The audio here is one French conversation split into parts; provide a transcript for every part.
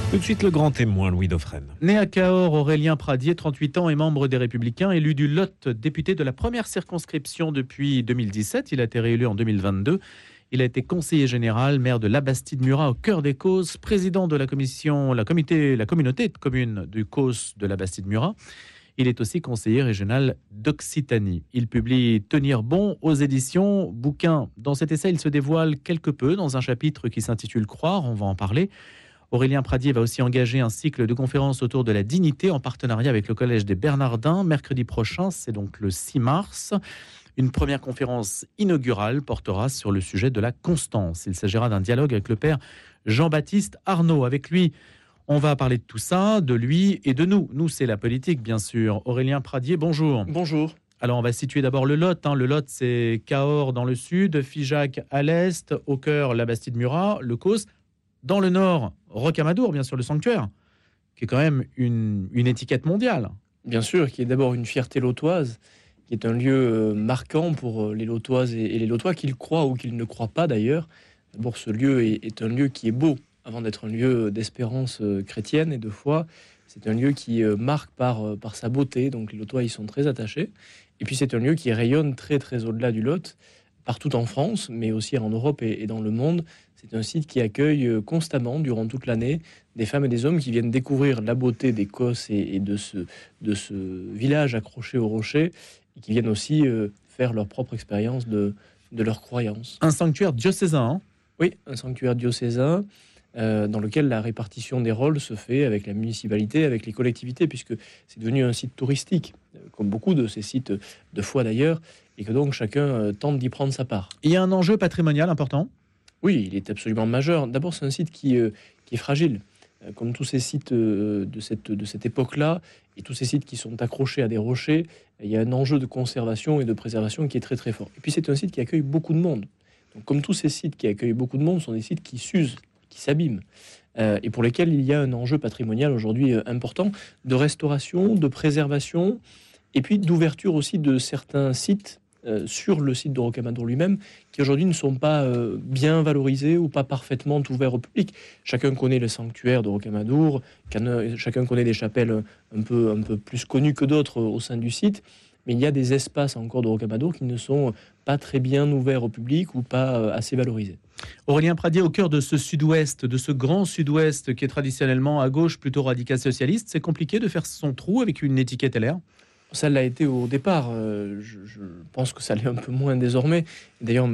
Tout de suite, le grand témoin, Louis Dauphren. Né à Cahors, Aurélien Pradier, 38 ans, est membre des Républicains, élu du Lot, député de la première circonscription depuis 2017. Il a été réélu en 2022. Il a été conseiller général, maire de Labastide-Murat au cœur des causes, président de la communauté de communes du COS de Labastide-Murat. Il est aussi conseiller régional d'Occitanie. Il publie Tenir bon aux éditions Bouquin. Dans cet essai, il se dévoile quelque peu dans un chapitre qui s'intitule Croire, on va en parler. Aurélien Pradier va aussi engager un cycle de conférences autour de la dignité en partenariat avec le Collège des Bernardins. Mercredi prochain, c'est donc le 6 mars. Une première conférence inaugurale portera sur le sujet de la constance. Il s'agira d'un dialogue avec le père Jean-Baptiste Arnaud. Avec lui, on va parler de tout ça, de lui et de nous. Nous, c'est la politique, bien sûr. Aurélien Pradier, bonjour. Bonjour. Alors, on va situer d'abord le Lot. Le Lot, c'est Cahors dans le sud, Figeac à l'est, au cœur, Labastide-Murat, le COS. Dans le nord, Rocamadour, bien sûr, le sanctuaire, qui est quand même une étiquette mondiale. Bien sûr, qui est d'abord une fierté lotoise, qui est un lieu marquant pour les Lotoises et les Lotois, qu'ils croient ou qu'ils ne croient pas d'ailleurs. D'abord, ce lieu est un lieu qui est beau, avant d'être un lieu d'espérance chrétienne et de foi. C'est un lieu qui marque par sa beauté, donc les Lotois y sont très attachés. Et puis c'est un lieu qui rayonne très très au-delà du Lot, partout en France, mais aussi en Europe et dans le monde. C'est un site qui accueille constamment, durant toute l'année, des femmes et des hommes qui viennent découvrir la beauté des Cosses et de ce village accroché au rocher, et qui viennent aussi faire leur propre expérience de leur croyance. Un sanctuaire diocésain. Oui, un sanctuaire diocésain, dans lequel la répartition des rôles se fait avec la municipalité, avec les collectivités, puisque c'est devenu un site touristique, comme beaucoup de ces sites de foi d'ailleurs, et que donc chacun tente d'y prendre sa part. Il y a un enjeu patrimonial important. Oui, il est absolument majeur. D'abord, c'est un site qui est fragile, comme tous ces sites de cette époque-là, et tous ces sites qui sont accrochés à des rochers. Il y a un enjeu de conservation et de préservation qui est très très fort. Et puis c'est un site qui accueille beaucoup de monde. Donc, comme tous ces sites qui accueillent beaucoup de monde, sont des sites qui s'usent, qui s'abîment, et pour lesquels il y a un enjeu patrimonial aujourd'hui important, de restauration, de préservation, et puis d'ouverture aussi de certains sites sur le site de Rocamadour lui-même, qui aujourd'hui ne sont pas bien valorisés ou pas parfaitement ouverts au public. Chacun connaît le sanctuaire de Rocamadour, chacun connaît des chapelles un peu plus connues que d'autres au sein du site, mais il y a des espaces encore de Rocamadour qui ne sont pas très bien ouverts au public ou pas assez valorisés. Aurélien Pradier, au cœur de ce sud-ouest, de ce grand sud-ouest qui est traditionnellement à gauche plutôt radical socialiste, c'est compliqué de faire son trou avec une étiquette LR ? Ça l'a été au départ. Je pense que ça l'est un peu moins désormais. D'ailleurs,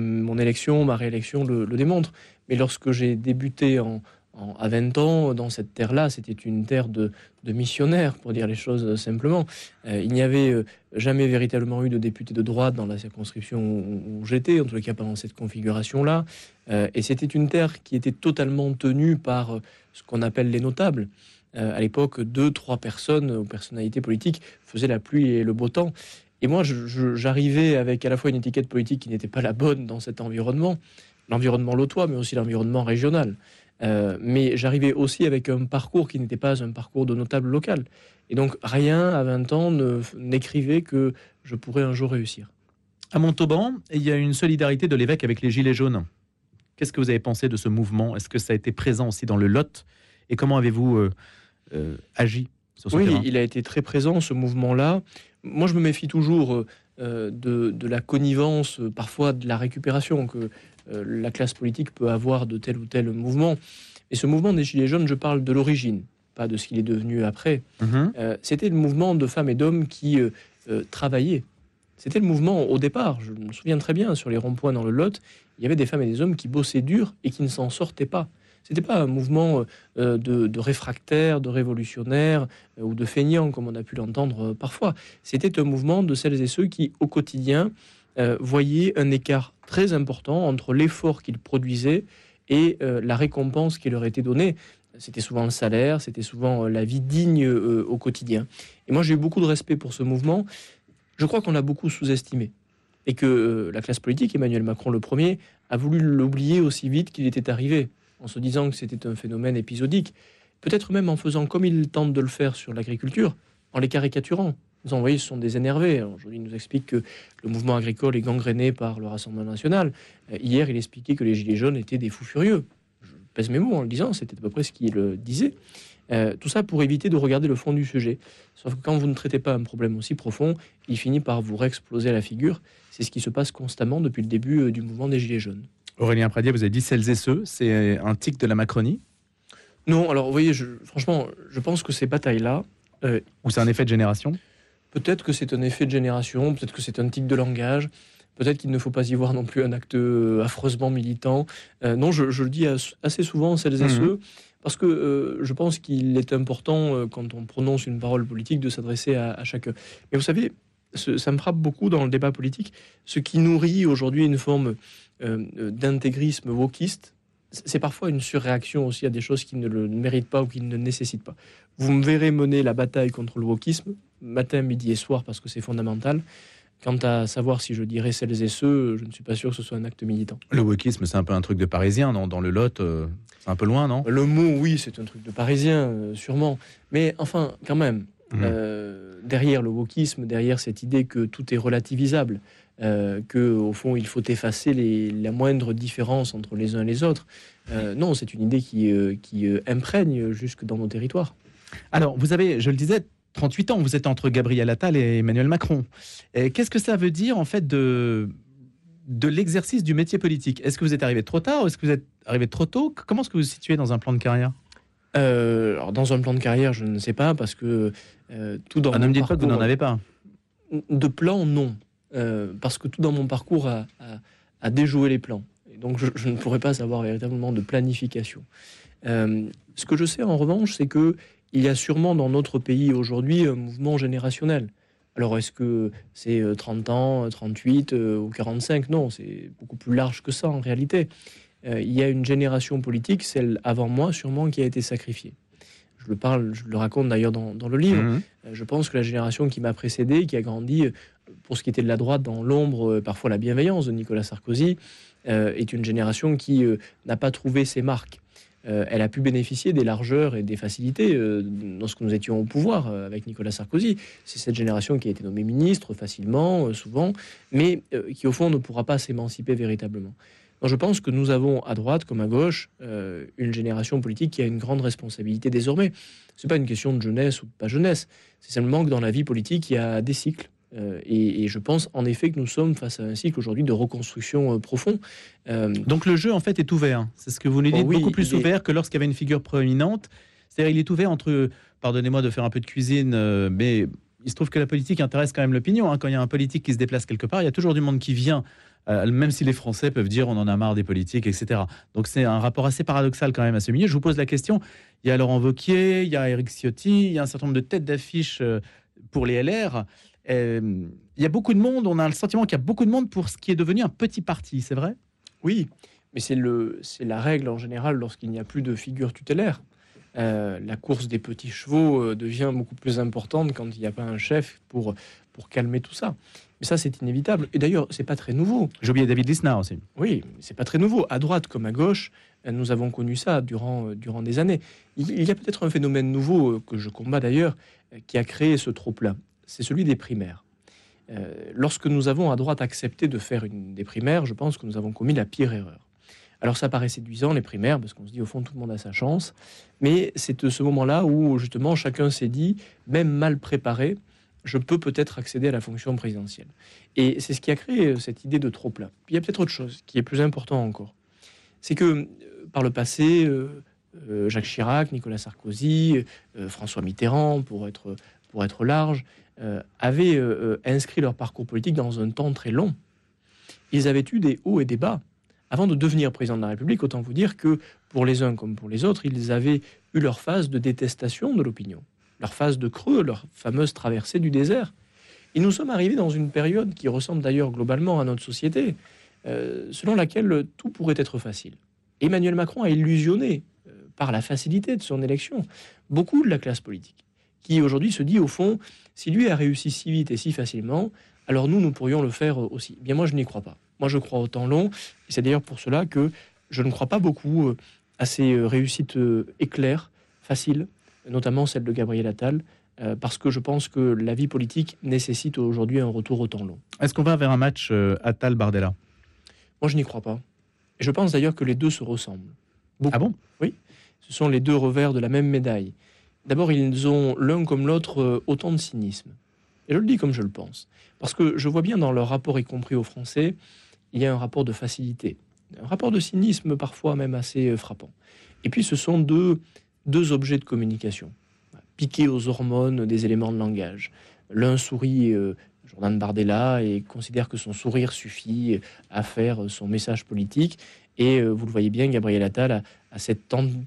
ma réélection le démontre. Mais lorsque j'ai débuté à 20 ans dans cette terre-là, c'était une terre de missionnaires, pour dire les choses simplement. Il n'y avait jamais véritablement eu de député de droite dans la circonscription où j'étais, en tout cas pendant cette configuration-là. Et c'était une terre qui était totalement tenue par ce qu'on appelle les notables. À l'époque, 2-3 personnes ou personnalités politiques faisaient la pluie et le beau temps. Et moi, j'arrivais avec à la fois une étiquette politique qui n'était pas la bonne dans cet environnement, l'environnement lotois, mais aussi l'environnement régional. Mais j'arrivais aussi avec un parcours qui n'était pas un parcours de notable local. Et donc, rien à 20 ans n'écrivait que je pourrais un jour réussir. À Montauban, il y a une solidarité de l'évêque avec les Gilets jaunes. Qu'est-ce que vous avez pensé de ce mouvement ? Est-ce que ça a été présent aussi dans le Lot ? Et comment avez-vous agi sur ce terrain ? Oui, il a été très présent, ce mouvement-là. Moi, je me méfie toujours de la connivence, parfois de la récupération que la classe politique peut avoir de tel ou tel mouvement. Et ce mouvement des Gilets jaunes, je parle de l'origine, pas de ce qu'il est devenu après. C'était le mouvement de femmes et d'hommes qui travaillaient. C'était le mouvement au départ, je me souviens très bien, sur les ronds-points dans le Lot, il y avait des femmes et des hommes qui bossaient dur et qui ne s'en sortaient pas. C'était pas un mouvement de réfractaires, de révolutionnaires ou de feignants, comme on a pu l'entendre parfois. C'était un mouvement de celles et ceux qui, au quotidien, voyaient un écart très important entre l'effort qu'ils produisaient et la récompense qui leur était donnée. C'était souvent le salaire, c'était souvent la vie digne au quotidien. Et moi, j'ai eu beaucoup de respect pour ce mouvement. Je crois qu'on l'a beaucoup sous-estimé. Et que la classe politique, Emmanuel Macron le premier, a voulu l'oublier aussi vite qu'il était arrivé, en se disant que c'était un phénomène épisodique, peut-être même en faisant comme il tente de le faire sur l'agriculture, en les caricaturant. Vous voyez, ce sont des énervés. Aujourd'hui, il nous explique que le mouvement agricole est gangréné par le Rassemblement national. Hier, il expliquait que les Gilets jaunes étaient des fous furieux. Je pèse mes mots en le disant, c'était à peu près ce qu'il disait. Tout ça pour éviter de regarder le fond du sujet. Sauf que quand vous ne traitez pas un problème aussi profond, il finit par vous réexploser à la figure. C'est ce qui se passe constamment depuis le début du mouvement des Gilets jaunes. Aurélien Pradier, vous avez dit celles et ceux, c'est un tic de la Macronie? Non, alors vous voyez, franchement, je pense que ces batailles-là... Ou c'est un effet de génération? Peut-être que c'est un effet de génération, peut-être que c'est un tic de langage, peut-être qu'il ne faut pas y voir non plus un acte affreusement militant. Non, je le dis assez souvent, celles et ceux, parce que je pense qu'il est important, quand on prononce une parole politique, de s'adresser à chacun. Mais vous savez, ça me frappe beaucoup dans le débat politique, ce qui nourrit aujourd'hui une forme d'intégrisme wokiste. C'est parfois une surréaction aussi à des choses qui ne le méritent pas ou qui ne le nécessitent pas. Vous me verrez mener la bataille contre le wokisme, matin, midi et soir, parce que c'est fondamental. Quant à savoir si je dirais celles et ceux, je ne suis pas sûr que ce soit un acte militant. Le wokisme, c'est un peu un truc de Parisien, non? Dans le Lot, c'est un peu loin, non? Le mot, oui, c'est un truc de Parisien, sûrement. Mais enfin, quand même, derrière le wokisme, derrière cette idée que tout est relativisable, que au fond, il faut effacer la moindre différence entre les uns et les autres. Non, c'est une idée qui imprègne jusque dans nos territoires. Alors, vous avez, je le disais, 38 ans, vous êtes entre Gabriel Attal et Emmanuel Macron. Qu'est-ce que ça veut dire, en fait, de l'exercice du métier politique? Est-ce que vous êtes arrivé trop tard ou est-ce que vous êtes arrivé trop tôt? Comment est-ce que vous vous situez dans un plan de carrière? Alors, dans un plan de carrière, je ne sais pas, parce que tout dans ne me dites pas que vous n'en avez pas. De plan, non. Parce que tout dans mon parcours a déjoué les plans. Et donc, je ne pourrais pas savoir véritablement de planification. Ce que je sais, en revanche, c'est que il y a sûrement dans notre pays aujourd'hui un mouvement générationnel. Alors, est-ce que c'est 30 ans, 38 ou 45? Non, c'est beaucoup plus large que ça en réalité. Il y a une génération politique, celle avant moi, sûrement, qui a été sacrifiée. Je le raconte d'ailleurs dans le livre. Je pense que la génération qui m'a précédé, qui a grandi, pour ce qui était de la droite, dans l'ombre, parfois la bienveillance de Nicolas Sarkozy, est une génération qui n'a pas trouvé ses marques. Elle a pu bénéficier des largeurs et des facilités lorsque nous étions au pouvoir avec Nicolas Sarkozy. C'est cette génération qui a été nommée ministre facilement, souvent, mais qui au fond ne pourra pas s'émanciper véritablement. Donc, je pense que nous avons à droite comme à gauche une génération politique qui a une grande responsabilité désormais. C'est pas une question de jeunesse ou de pas jeunesse, c'est simplement que dans la vie politique il y a des cycles. Et je pense en effet que nous sommes face à un cycle aujourd'hui de reconstruction profond. Donc le jeu en fait est ouvert. C'est ce que vous nous dites, oui, beaucoup plus ouvert que lorsqu'il y avait une figure proéminente. C'est-à-dire il est ouvert entre, pardonnez-moi de faire un peu de cuisine, mais il se trouve que la politique intéresse quand même l'opinion. Quand il y a un politique qui se déplace quelque part, il y a toujours du monde qui vient, même si les Français peuvent dire on en a marre des politiques, etc. Donc c'est un rapport assez paradoxal quand même à ce milieu. Je vous pose la question, il y a Laurent Wauquiez, il y a Éric Ciotti, il y a un certain nombre de têtes d'affiche pour les LR. Il y a beaucoup de monde, on a le sentiment qu'il y a beaucoup de monde pour ce qui est devenu un petit parti, c'est vrai? Oui, mais c'est la règle en général lorsqu'il n'y a plus de figure tutélaire. La course des petits chevaux devient beaucoup plus importante quand il n'y a pas un chef pour calmer tout ça. Mais ça, c'est inévitable. Et d'ailleurs, c'est pas très nouveau. J'ai oublié David Lisnard aussi. Oui, c'est pas très nouveau. À droite comme à gauche, nous avons connu ça durant des années. Il y a peut-être un phénomène nouveau que je combats d'ailleurs, qui a créé ce trop-plein. C'est celui des primaires. Lorsque nous avons à droite accepté de faire des primaires, je pense que nous avons commis la pire erreur. Alors ça paraît séduisant, les primaires, parce qu'on se dit au fond tout le monde a sa chance, mais c'est ce moment-là où justement chacun s'est dit, même mal préparé, je peux peut-être accéder à la fonction présidentielle. Et c'est ce qui a créé cette idée de trop-plein. Puis il y a peut-être autre chose qui est plus important encore. C'est que par le passé, Jacques Chirac, Nicolas Sarkozy, François Mitterrand, pour être large, avaient inscrit leur parcours politique dans un temps très long. Ils avaient eu des hauts et des bas. Avant de devenir président de la République, autant vous dire que pour les uns comme pour les autres, ils avaient eu leur phase de détestation de l'opinion, leur phase de creux, leur fameuse traversée du désert. Et nous sommes arrivés dans une période qui ressemble d'ailleurs globalement à notre société, selon laquelle tout pourrait être facile. Emmanuel Macron a illusionné, par la facilité de son élection, beaucoup de la classe politique, qui aujourd'hui se dit au fond, si lui a réussi si vite et si facilement, alors nous pourrions le faire aussi. Bien moi, je n'y crois pas. Moi, je crois au temps long, et c'est d'ailleurs pour cela que je ne crois pas beaucoup à ces réussites éclairs, faciles, notamment celle de Gabriel Attal, parce que je pense que la vie politique nécessite aujourd'hui un retour au temps long. Est-ce qu'on va vers un match Attal-Bardella? Moi, je n'y crois pas. Et je pense d'ailleurs que les deux se ressemblent. Beaucoup. Ah bon? Oui, ce sont les deux revers de la même médaille. D'abord, ils ont l'un comme l'autre autant de cynisme. Et je le dis comme je le pense. Parce que je vois bien dans leur rapport, y compris aux Français, il y a un rapport de facilité, un rapport de cynisme parfois même assez frappant. Et puis ce sont deux objets de communication, piqués aux hormones des éléments de langage. L'un sourit, Jordan Bardella, et considère que son sourire suffit à faire son message politique. Et vous le voyez bien, Gabriel Attal a cette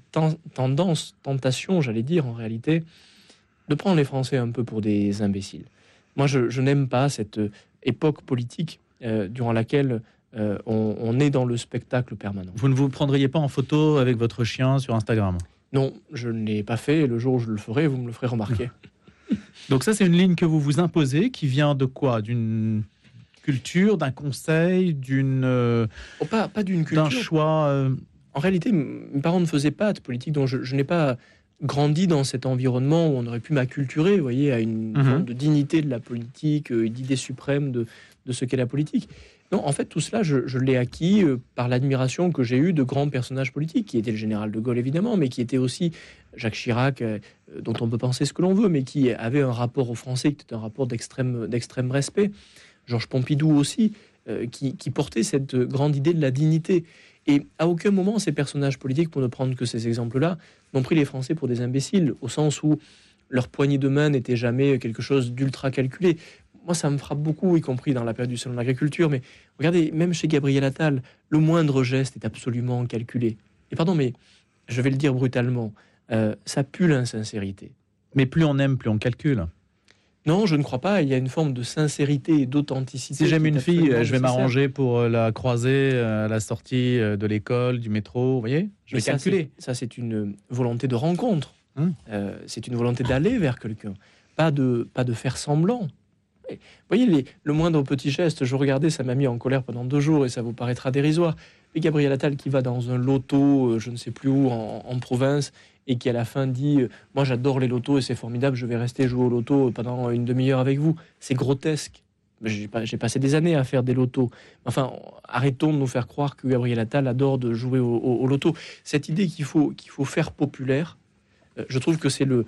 tentation, j'allais dire en réalité, de prendre les Français un peu pour des imbéciles. Moi, je n'aime pas cette époque politique durant laquelle on est dans le spectacle permanent. Vous ne vous prendriez pas en photo avec votre chien sur Instagram? Non, je ne l'ai pas fait. Et le jour où je le ferai, vous me le ferez remarquer. Donc ça, c'est une ligne que vous vous imposez, qui vient de quoi? D'une culture, d'un conseil, Pas d'une culture. d'un choix En réalité, mes parents ne faisaient pas de politique, donc je n'ai pas grandi dans cet environnement où on aurait pu m'acculturer, vous voyez, à une forme de dignité de la politique, d'idée suprême de ce qu'est la politique. Non, en fait, tout cela, je l'ai acquis par l'admiration que j'ai eue de grands personnages politiques, qui étaient le général de Gaulle, évidemment, mais qui était aussi Jacques Chirac, dont on peut penser ce que l'on veut, mais qui avait un rapport aux Français qui était un rapport d'extrême respect. Georges Pompidou aussi, qui portait cette grande idée de la dignité. Et à aucun moment, ces personnages politiques, pour ne prendre que ces exemples-là, n'ont pris les Français pour des imbéciles, au sens où leur poignée de main n'était jamais quelque chose d'ultra calculé. Moi, ça me frappe beaucoup, y compris dans la période du Salon de l'Agriculture. Mais regardez, même chez Gabriel Attal, le moindre geste est absolument calculé. Et pardon, mais je vais le dire brutalement, ça pue l'insincérité. Mais plus on aime, plus on calcule. Non, je ne crois pas. Il y a une forme de sincérité et d'authenticité. Si j'aime une fille, je vais nécessaire. m'arranger pour la croiser à la sortie de l'école, du métro, vous voyez? Je vais calculer. Ça, c'est une volonté de rencontre. C'est une volonté d'aller vers quelqu'un, pas de faire semblant. Vous voyez, le moindre petit geste, je regardais, ça m'a mis en colère pendant 2 jours et ça vous paraîtra dérisoire. Mais Gabriel Attal qui va dans un loto, je ne sais plus où, en province, et qui à la fin dit moi j'adore les lotos et c'est formidable, je vais rester jouer au loto pendant une demi-heure avec vous. C'est grotesque. J'ai passé des années à faire des lotos. Enfin, arrêtons de nous faire croire que Gabriel Attal adore de jouer au loto. Cette idée qu'il faut faire populaire, je trouve que c'est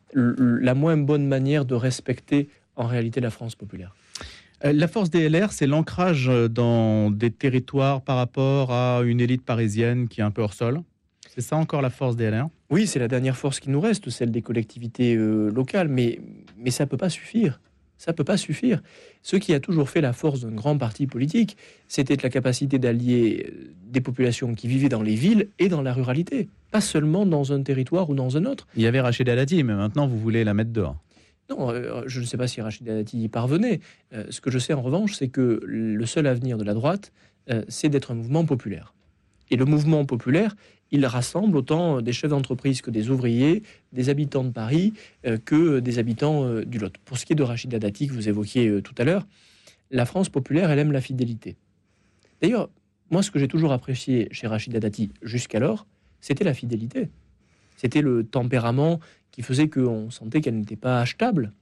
la moins bonne manière de respecter en réalité la France populaire. La force des LR, c'est l'ancrage dans des territoires par rapport à une élite parisienne qui est un peu hors sol. C'est ça encore la force des LR? Oui, c'est la dernière force qui nous reste, celle des collectivités locales, mais ça ne peut pas suffire. Ça peut pas suffire. Ce qui a toujours fait la force d'un grand parti politique, c'était la capacité d'allier des populations qui vivaient dans les villes et dans la ruralité, pas seulement dans un territoire ou dans un autre. Il y avait Rachida Dati, mais maintenant vous voulez la mettre dehors. Non, je ne sais pas si Rachida Dati y parvenait. Ce que je sais en revanche, c'est que le seul avenir de la droite, c'est d'être un mouvement populaire. Et le mouvement populaire, il rassemble autant des chefs d'entreprise que des ouvriers, des habitants de Paris que des habitants du Lot. Pour ce qui est de Rachida Dati, que vous évoquiez tout à l'heure, la France populaire, elle aime la fidélité. D'ailleurs, moi, ce que j'ai toujours apprécié chez Rachida Dati jusqu'alors, c'était la fidélité. C'était le tempérament qui faisait qu'on sentait qu'elle n'était pas achetable.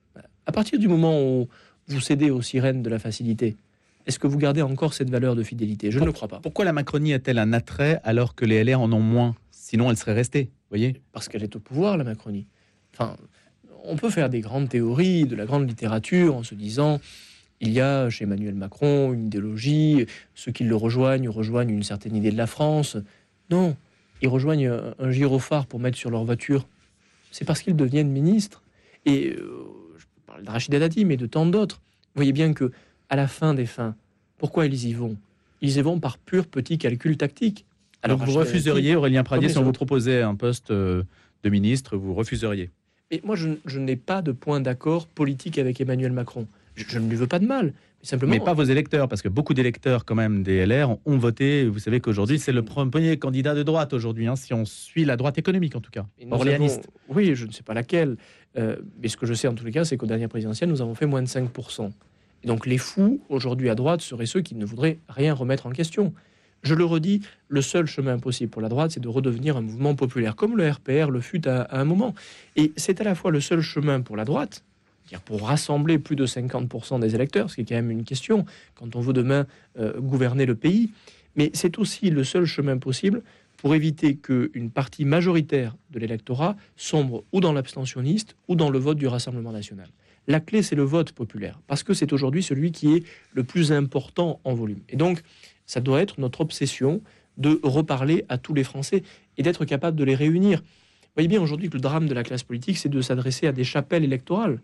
À partir du moment où vous cédez aux sirènes de la facilité, est-ce que vous gardez encore cette valeur de fidélité? Je ne le crois pas. Pourquoi la Macronie a-t-elle un attrait alors que les LR en ont moins? Sinon, elle serait restée, voyez? Parce qu'elle est au pouvoir, la Macronie. Enfin, on peut faire des grandes théories, de la grande littérature, en se disant il y a chez Emmanuel Macron une idéologie, ceux qui le rejoignent une certaine idée de la France. Non, ils rejoignent un gyrophare pour mettre sur leur voiture. C'est parce qu'ils deviennent ministres. Et je parle de Rachida Dati, mais de tant d'autres. Vous voyez bien que à la fin des fins, pourquoi ils y vont? Ils y vont par pur petit calcul tactique. Alors vous refuseriez, Aurélien Pradié, si on autres. vous proposait un poste de ministre, vous refuseriez? Et moi, je n'ai pas de point d'accord politique avec Emmanuel Macron. Je ne lui veux pas de mal. Simplement, Mais pas vos électeurs, parce que beaucoup d'électeurs quand même des LR ont voté. Vous savez qu'aujourd'hui, c'est le premier candidat de droite aujourd'hui, hein, si on suit la droite économique en tout cas, orléaniste. Oui, je ne sais pas laquelle. Mais ce que je sais en tous les cas, c'est qu'aux dernières présidentielles, nous avons fait moins de 5%. Et donc les fous, aujourd'hui à droite, seraient ceux qui ne voudraient rien remettre en question. Je le redis, le seul chemin possible pour la droite, c'est de redevenir un mouvement populaire, comme le RPR le fut à un moment. Et c'est à la fois le seul chemin pour la droite, c'est-à-dire pour rassembler plus de 50% des électeurs, ce qui est quand même une question quand on veut demain gouverner le pays, mais c'est aussi le seul chemin possible pour éviter qu'une partie majoritaire de l'électorat sombre ou dans l'abstentionniste ou dans le vote du Rassemblement national. La clé, c'est le vote populaire, parce que c'est aujourd'hui celui qui est le plus important en volume. Et donc, ça doit être notre obsession de reparler à tous les Français et d'être capable de les réunir. Vous voyez bien aujourd'hui que le drame de la classe politique, c'est de s'adresser à des chapelles électorales.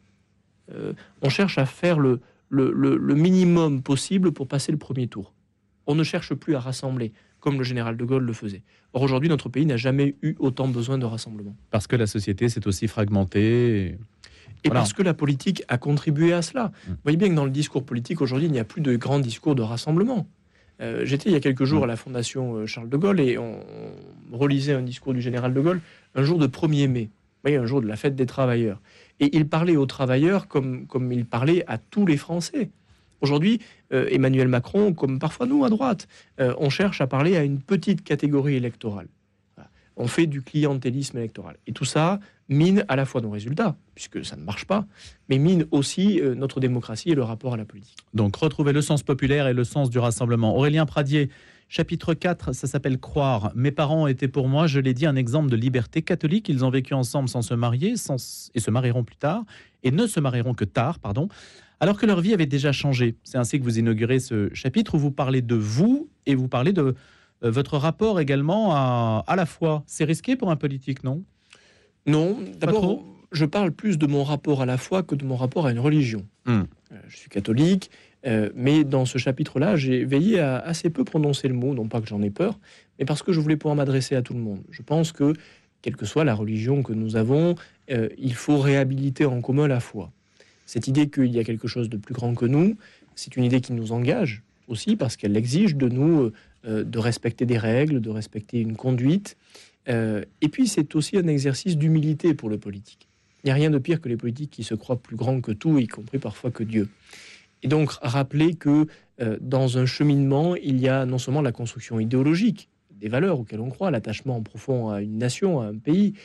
On cherche à faire le minimum possible pour passer le premier tour. On ne cherche plus à rassembler, comme le général de Gaulle le faisait. Or, aujourd'hui, notre pays n'a jamais eu autant besoin de rassemblement. Parce que la société s'est aussi fragmentée. Et parce que la politique a contribué à cela. Vous voyez bien que dans le discours politique, aujourd'hui, il n'y a plus de grands discours de rassemblement. J'étais il y a quelques jours à la Fondation Charles de Gaulle et on relisait un discours du général de Gaulle un jour de 1er mai, un jour de la fête des travailleurs. Et il parlait aux travailleurs comme il parlait à tous les Français. Aujourd'hui, Emmanuel Macron, comme parfois nous à droite, on cherche à parler à une petite catégorie électorale. Voilà. On fait du clientélisme électoral. Et tout ça mine à la fois nos résultats, puisque ça ne marche pas, mais mine aussi notre démocratie et le rapport à la politique. Donc, retrouver le sens populaire et le sens du rassemblement. Aurélien Pradier, chapitre 4, ça s'appelle « Croire ». Mes parents étaient pour moi, je l'ai dit, un exemple de liberté catholique. Ils ont vécu ensemble sans se marier et se marieront plus tard, et ne se marieront que tard, alors que leur vie avait déjà changé. C'est ainsi que vous inaugurez ce chapitre où vous parlez de vous et vous parlez de votre rapport également à la foi. C'est risqué pour un politique, non ? Non, d'abord, je parle plus de mon rapport à la foi que de mon rapport à une religion. Je suis catholique, mais dans ce chapitre-là, j'ai veillé à assez peu prononcer le mot, non pas que j'en ai peur, mais parce que je voulais pouvoir m'adresser à tout le monde. Je pense que, quelle que soit la religion que nous avons, il faut réhabiliter en commun la foi. Cette idée qu'il y a quelque chose de plus grand que nous, c'est une idée qui nous engage aussi, parce qu'elle exige de nous de respecter des règles, de respecter une conduite. Et puis, c'est aussi un exercice d'humilité pour le politique. Il n'y a rien de pire que les politiques qui se croient plus grands que tout, y compris parfois que Dieu. Et donc, rappeler que dans un cheminement, il y a non seulement la construction idéologique, des valeurs auxquelles on croit, l'attachement profond à une nation, à un pays,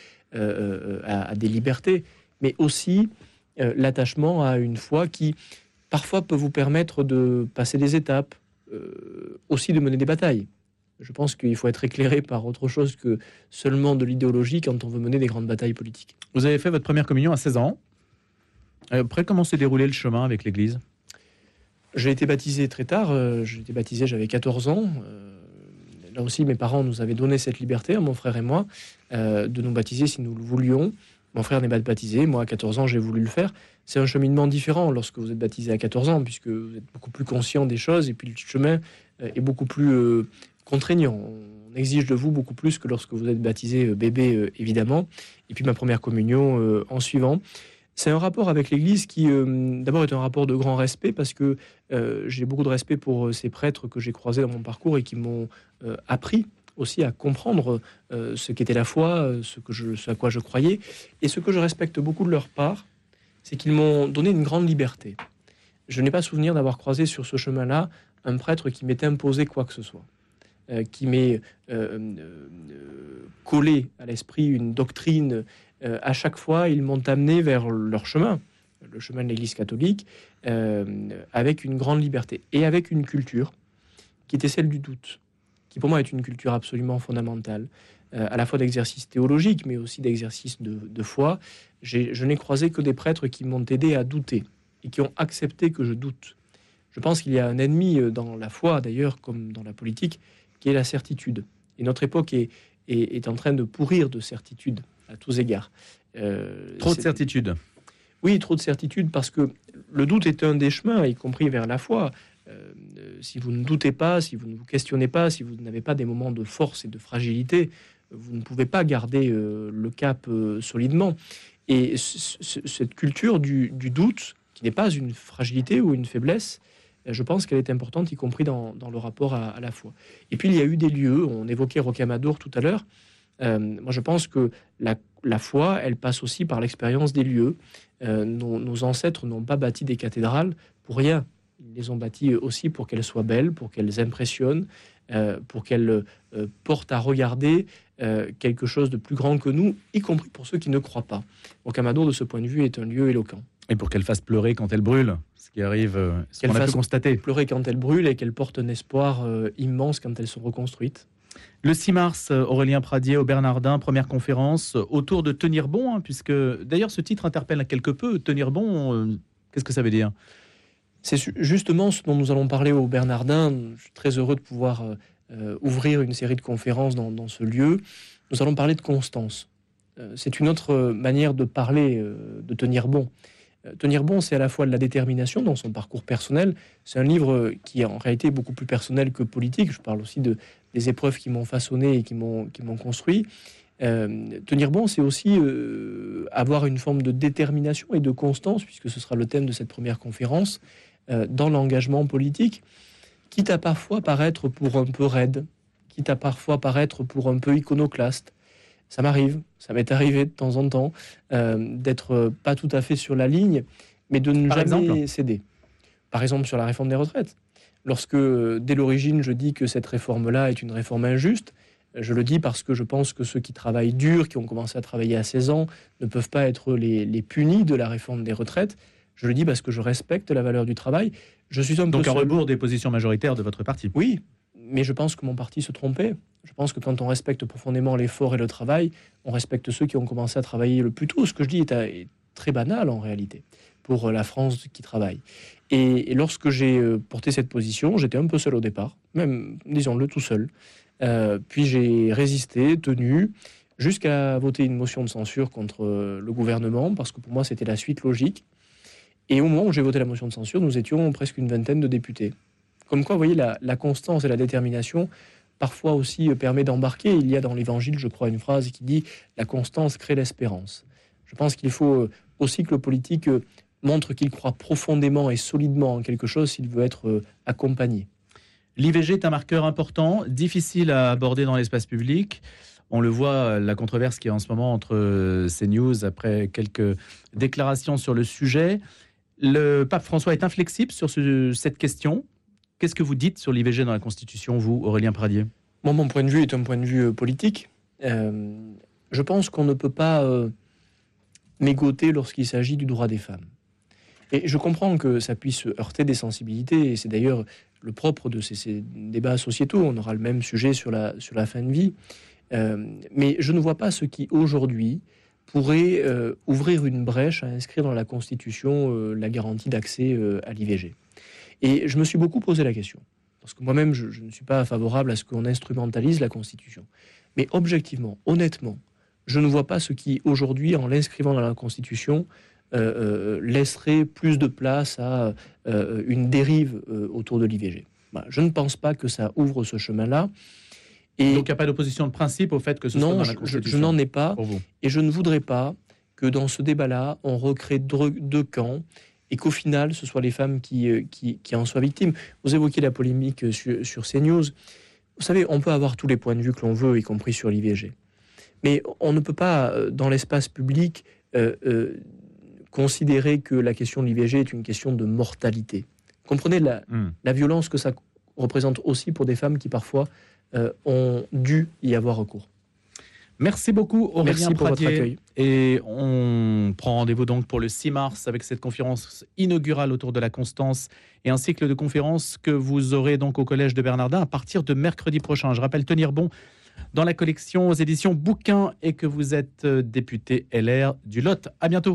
à des libertés, mais aussi l'attachement à une foi qui, parfois, peut vous permettre de passer des étapes, aussi de mener des batailles. Je pense qu'il faut être éclairé par autre chose que seulement de l'idéologie quand on veut mener des grandes batailles politiques. Vous avez fait votre première communion à 16 ans. Après, comment s'est déroulé le chemin avec l'Église ? J'ai été baptisé très tard. J'ai été baptisé, j'avais 14 ans. Là aussi, mes parents nous avaient donné cette liberté, mon frère et moi, de nous baptiser si nous le voulions. Mon frère n'est pas baptisé. Moi, à 14 ans, j'ai voulu le faire. C'est un cheminement différent lorsque vous êtes baptisé à 14 ans, puisque vous êtes beaucoup plus conscient des choses et puis le chemin est beaucoup plus contraignant. On exige de vous beaucoup plus que lorsque vous êtes baptisé bébé, évidemment. Et puis ma première communion en suivant. C'est un rapport avec l'Église qui, d'abord, est un rapport de grand respect parce que j'ai beaucoup de respect pour ces prêtres que j'ai croisés dans mon parcours et qui m'ont appris aussi à comprendre ce qu'était la foi, ce à quoi je croyais. Et ce que je respecte beaucoup de leur part, c'est qu'ils m'ont donné une grande liberté. Je n'ai pas souvenir d'avoir croisé sur ce chemin-là un prêtre qui m'ait imposé quoi que ce soit, qui m'ait collé à l'esprit une doctrine. À chaque fois, ils m'ont amené vers leur chemin, le chemin de l'Église catholique, avec une grande liberté et avec une culture qui était celle du doute, qui pour moi est une culture absolument fondamentale, à la fois d'exercice théologique, mais aussi d'exercice de foi. Je n'ai croisé que des prêtres qui m'ont aidé à douter et qui ont accepté que je doute. Je pense qu'il y a un ennemi dans la foi, d'ailleurs, comme dans la politique, qui est la certitude. Et notre époque est en train de pourrir de certitude à tous égards. Trop de certitude. Oui, trop de certitude, parce que le doute est un des chemins, y compris vers la foi. Si vous ne doutez pas, si vous ne vous questionnez pas, si vous n'avez pas des moments de force et de fragilité, vous ne pouvez pas garder le cap solidement. Et cette culture du doute, qui n'est pas une fragilité ou une faiblesse, je pense qu'elle est importante, y compris dans le rapport à la foi. Et puis, il y a eu des lieux, on évoquait Rocamadour tout à l'heure. Moi, je pense que la foi, elle passe aussi par l'expérience des lieux. Nos ancêtres n'ont pas bâti des cathédrales pour rien. Ils les ont bâties aussi pour qu'elles soient belles, pour qu'elles impressionnent, pour qu'elles portent à regarder quelque chose de plus grand que nous, y compris pour ceux qui ne croient pas. Rocamadour, de ce point de vue, est un lieu éloquent. Et pour qu'elle fasse pleurer quand elle brûle, ce qui arrive, ce qu'on a pu constater. Pleurer quand elle brûle et qu'elle porte un espoir immense quand elles sont reconstruites. Le 6 mars, Aurélien Pradié au Bernardin, première conférence autour de tenir bon, hein, puisque d'ailleurs ce titre interpelle quelque peu. Tenir bon, qu'est-ce que ça veut dire ? C'est justement ce dont nous allons parler au Bernardin. Je suis très heureux de pouvoir ouvrir une série de conférences dans ce lieu. Nous allons parler de constance. C'est une autre manière de parler, de tenir bon. Tenir bon, c'est à la fois de la détermination dans son parcours personnel. C'est un livre qui est en réalité beaucoup plus personnel que politique. Je parle aussi des épreuves qui m'ont façonné et qui m'ont construit. Tenir bon, c'est aussi avoir une forme de détermination et de constance, puisque ce sera le thème de cette première conférence, dans l'engagement politique, quitte à parfois paraître pour un peu raide, quitte à parfois paraître pour un peu iconoclaste. Ça m'est arrivé de temps en temps d'être pas tout à fait sur la ligne, mais de ne jamais céder. Par exemple, sur la réforme des retraites. Lorsque, dès l'origine, je dis que cette réforme-là est une réforme injuste, je le dis parce que je pense que ceux qui travaillent dur, qui ont commencé à travailler à 16 ans, ne peuvent pas être les punis de la réforme des retraites. Je le dis parce que je respecte la valeur du travail. Je suis donc à rebours des positions majoritaires de votre parti. Oui, mais je pense que mon parti se trompait. Je pense que quand on respecte profondément l'effort et le travail, on respecte ceux qui ont commencé à travailler le plus tôt. Ce que je dis est très banal en réalité pour la France qui travaille. Et lorsque j'ai porté cette position, j'étais un peu seul au départ, même, disons-le, tout seul. Puis j'ai résisté, tenu, jusqu'à voter une motion de censure contre le gouvernement, parce que pour moi, c'était la suite logique. Et au moment où j'ai voté la motion de censure, nous étions presque une vingtaine de députés. Comme quoi, vous voyez, la constance et la détermination, parfois aussi permet d'embarquer. Il y a dans l'Évangile, je crois, une phrase qui dit « La constance crée l'espérance ». Je pense qu'il faut aussi que le politique montre qu'il croit profondément et solidement en quelque chose s'il veut être accompagné. L'IVG est un marqueur important, difficile à aborder dans l'espace public. On le voit, la controverse qui est en ce moment entre CNews après quelques déclarations sur le sujet. Le pape François est inflexible sur cette question. Qu'est-ce que vous dites sur l'IVG dans la Constitution, vous, Aurélien Pradié ? Mon point de vue est un point de vue politique. Je pense qu'on ne peut pas mégoter lorsqu'il s'agit du droit des femmes. Et je comprends que ça puisse heurter des sensibilités, et c'est d'ailleurs le propre de ces débats sociétaux. On aura le même sujet sur la fin de vie. Mais je ne vois pas ce qui, aujourd'hui, pourrait ouvrir une brèche à inscrire dans la Constitution la garantie d'accès à l'IVG. Et je me suis beaucoup posé la question, parce que moi-même, je ne suis pas favorable à ce qu'on instrumentalise la Constitution. Mais objectivement, honnêtement, je ne vois pas ce qui, aujourd'hui, en l'inscrivant dans la Constitution, laisserait plus de place à une dérive autour de l'IVG. Voilà, je ne pense pas que ça ouvre ce chemin-là. Et donc il n'y a pas d'opposition de principe au fait que ce soit dans la Constitution ? Je n'en ai pas, et je ne voudrais pas que dans ce débat-là, on recrée deux camps, et qu'au final, ce soit les femmes qui en soient victimes. Vous évoquez la polémique sur CNews. Vous savez, on peut avoir tous les points de vue que l'on veut, y compris sur l'IVG. Mais on ne peut pas, dans l'espace public, considérer que la question de l'IVG est une question de mortalité. Comprenez la violence que ça représente aussi pour des femmes qui, parfois, ont dû y avoir recours. Merci beaucoup Aurélien Pradié. Pour votre accueil. Et on prend rendez-vous donc pour le 6 mars avec cette conférence inaugurale autour de la constance et un cycle de conférences que vous aurez donc au Collège de Bernardin à partir de mercredi prochain. Je rappelle Tenir bon dans la collection aux éditions Bouquins et que vous êtes député LR du Lot. À bientôt.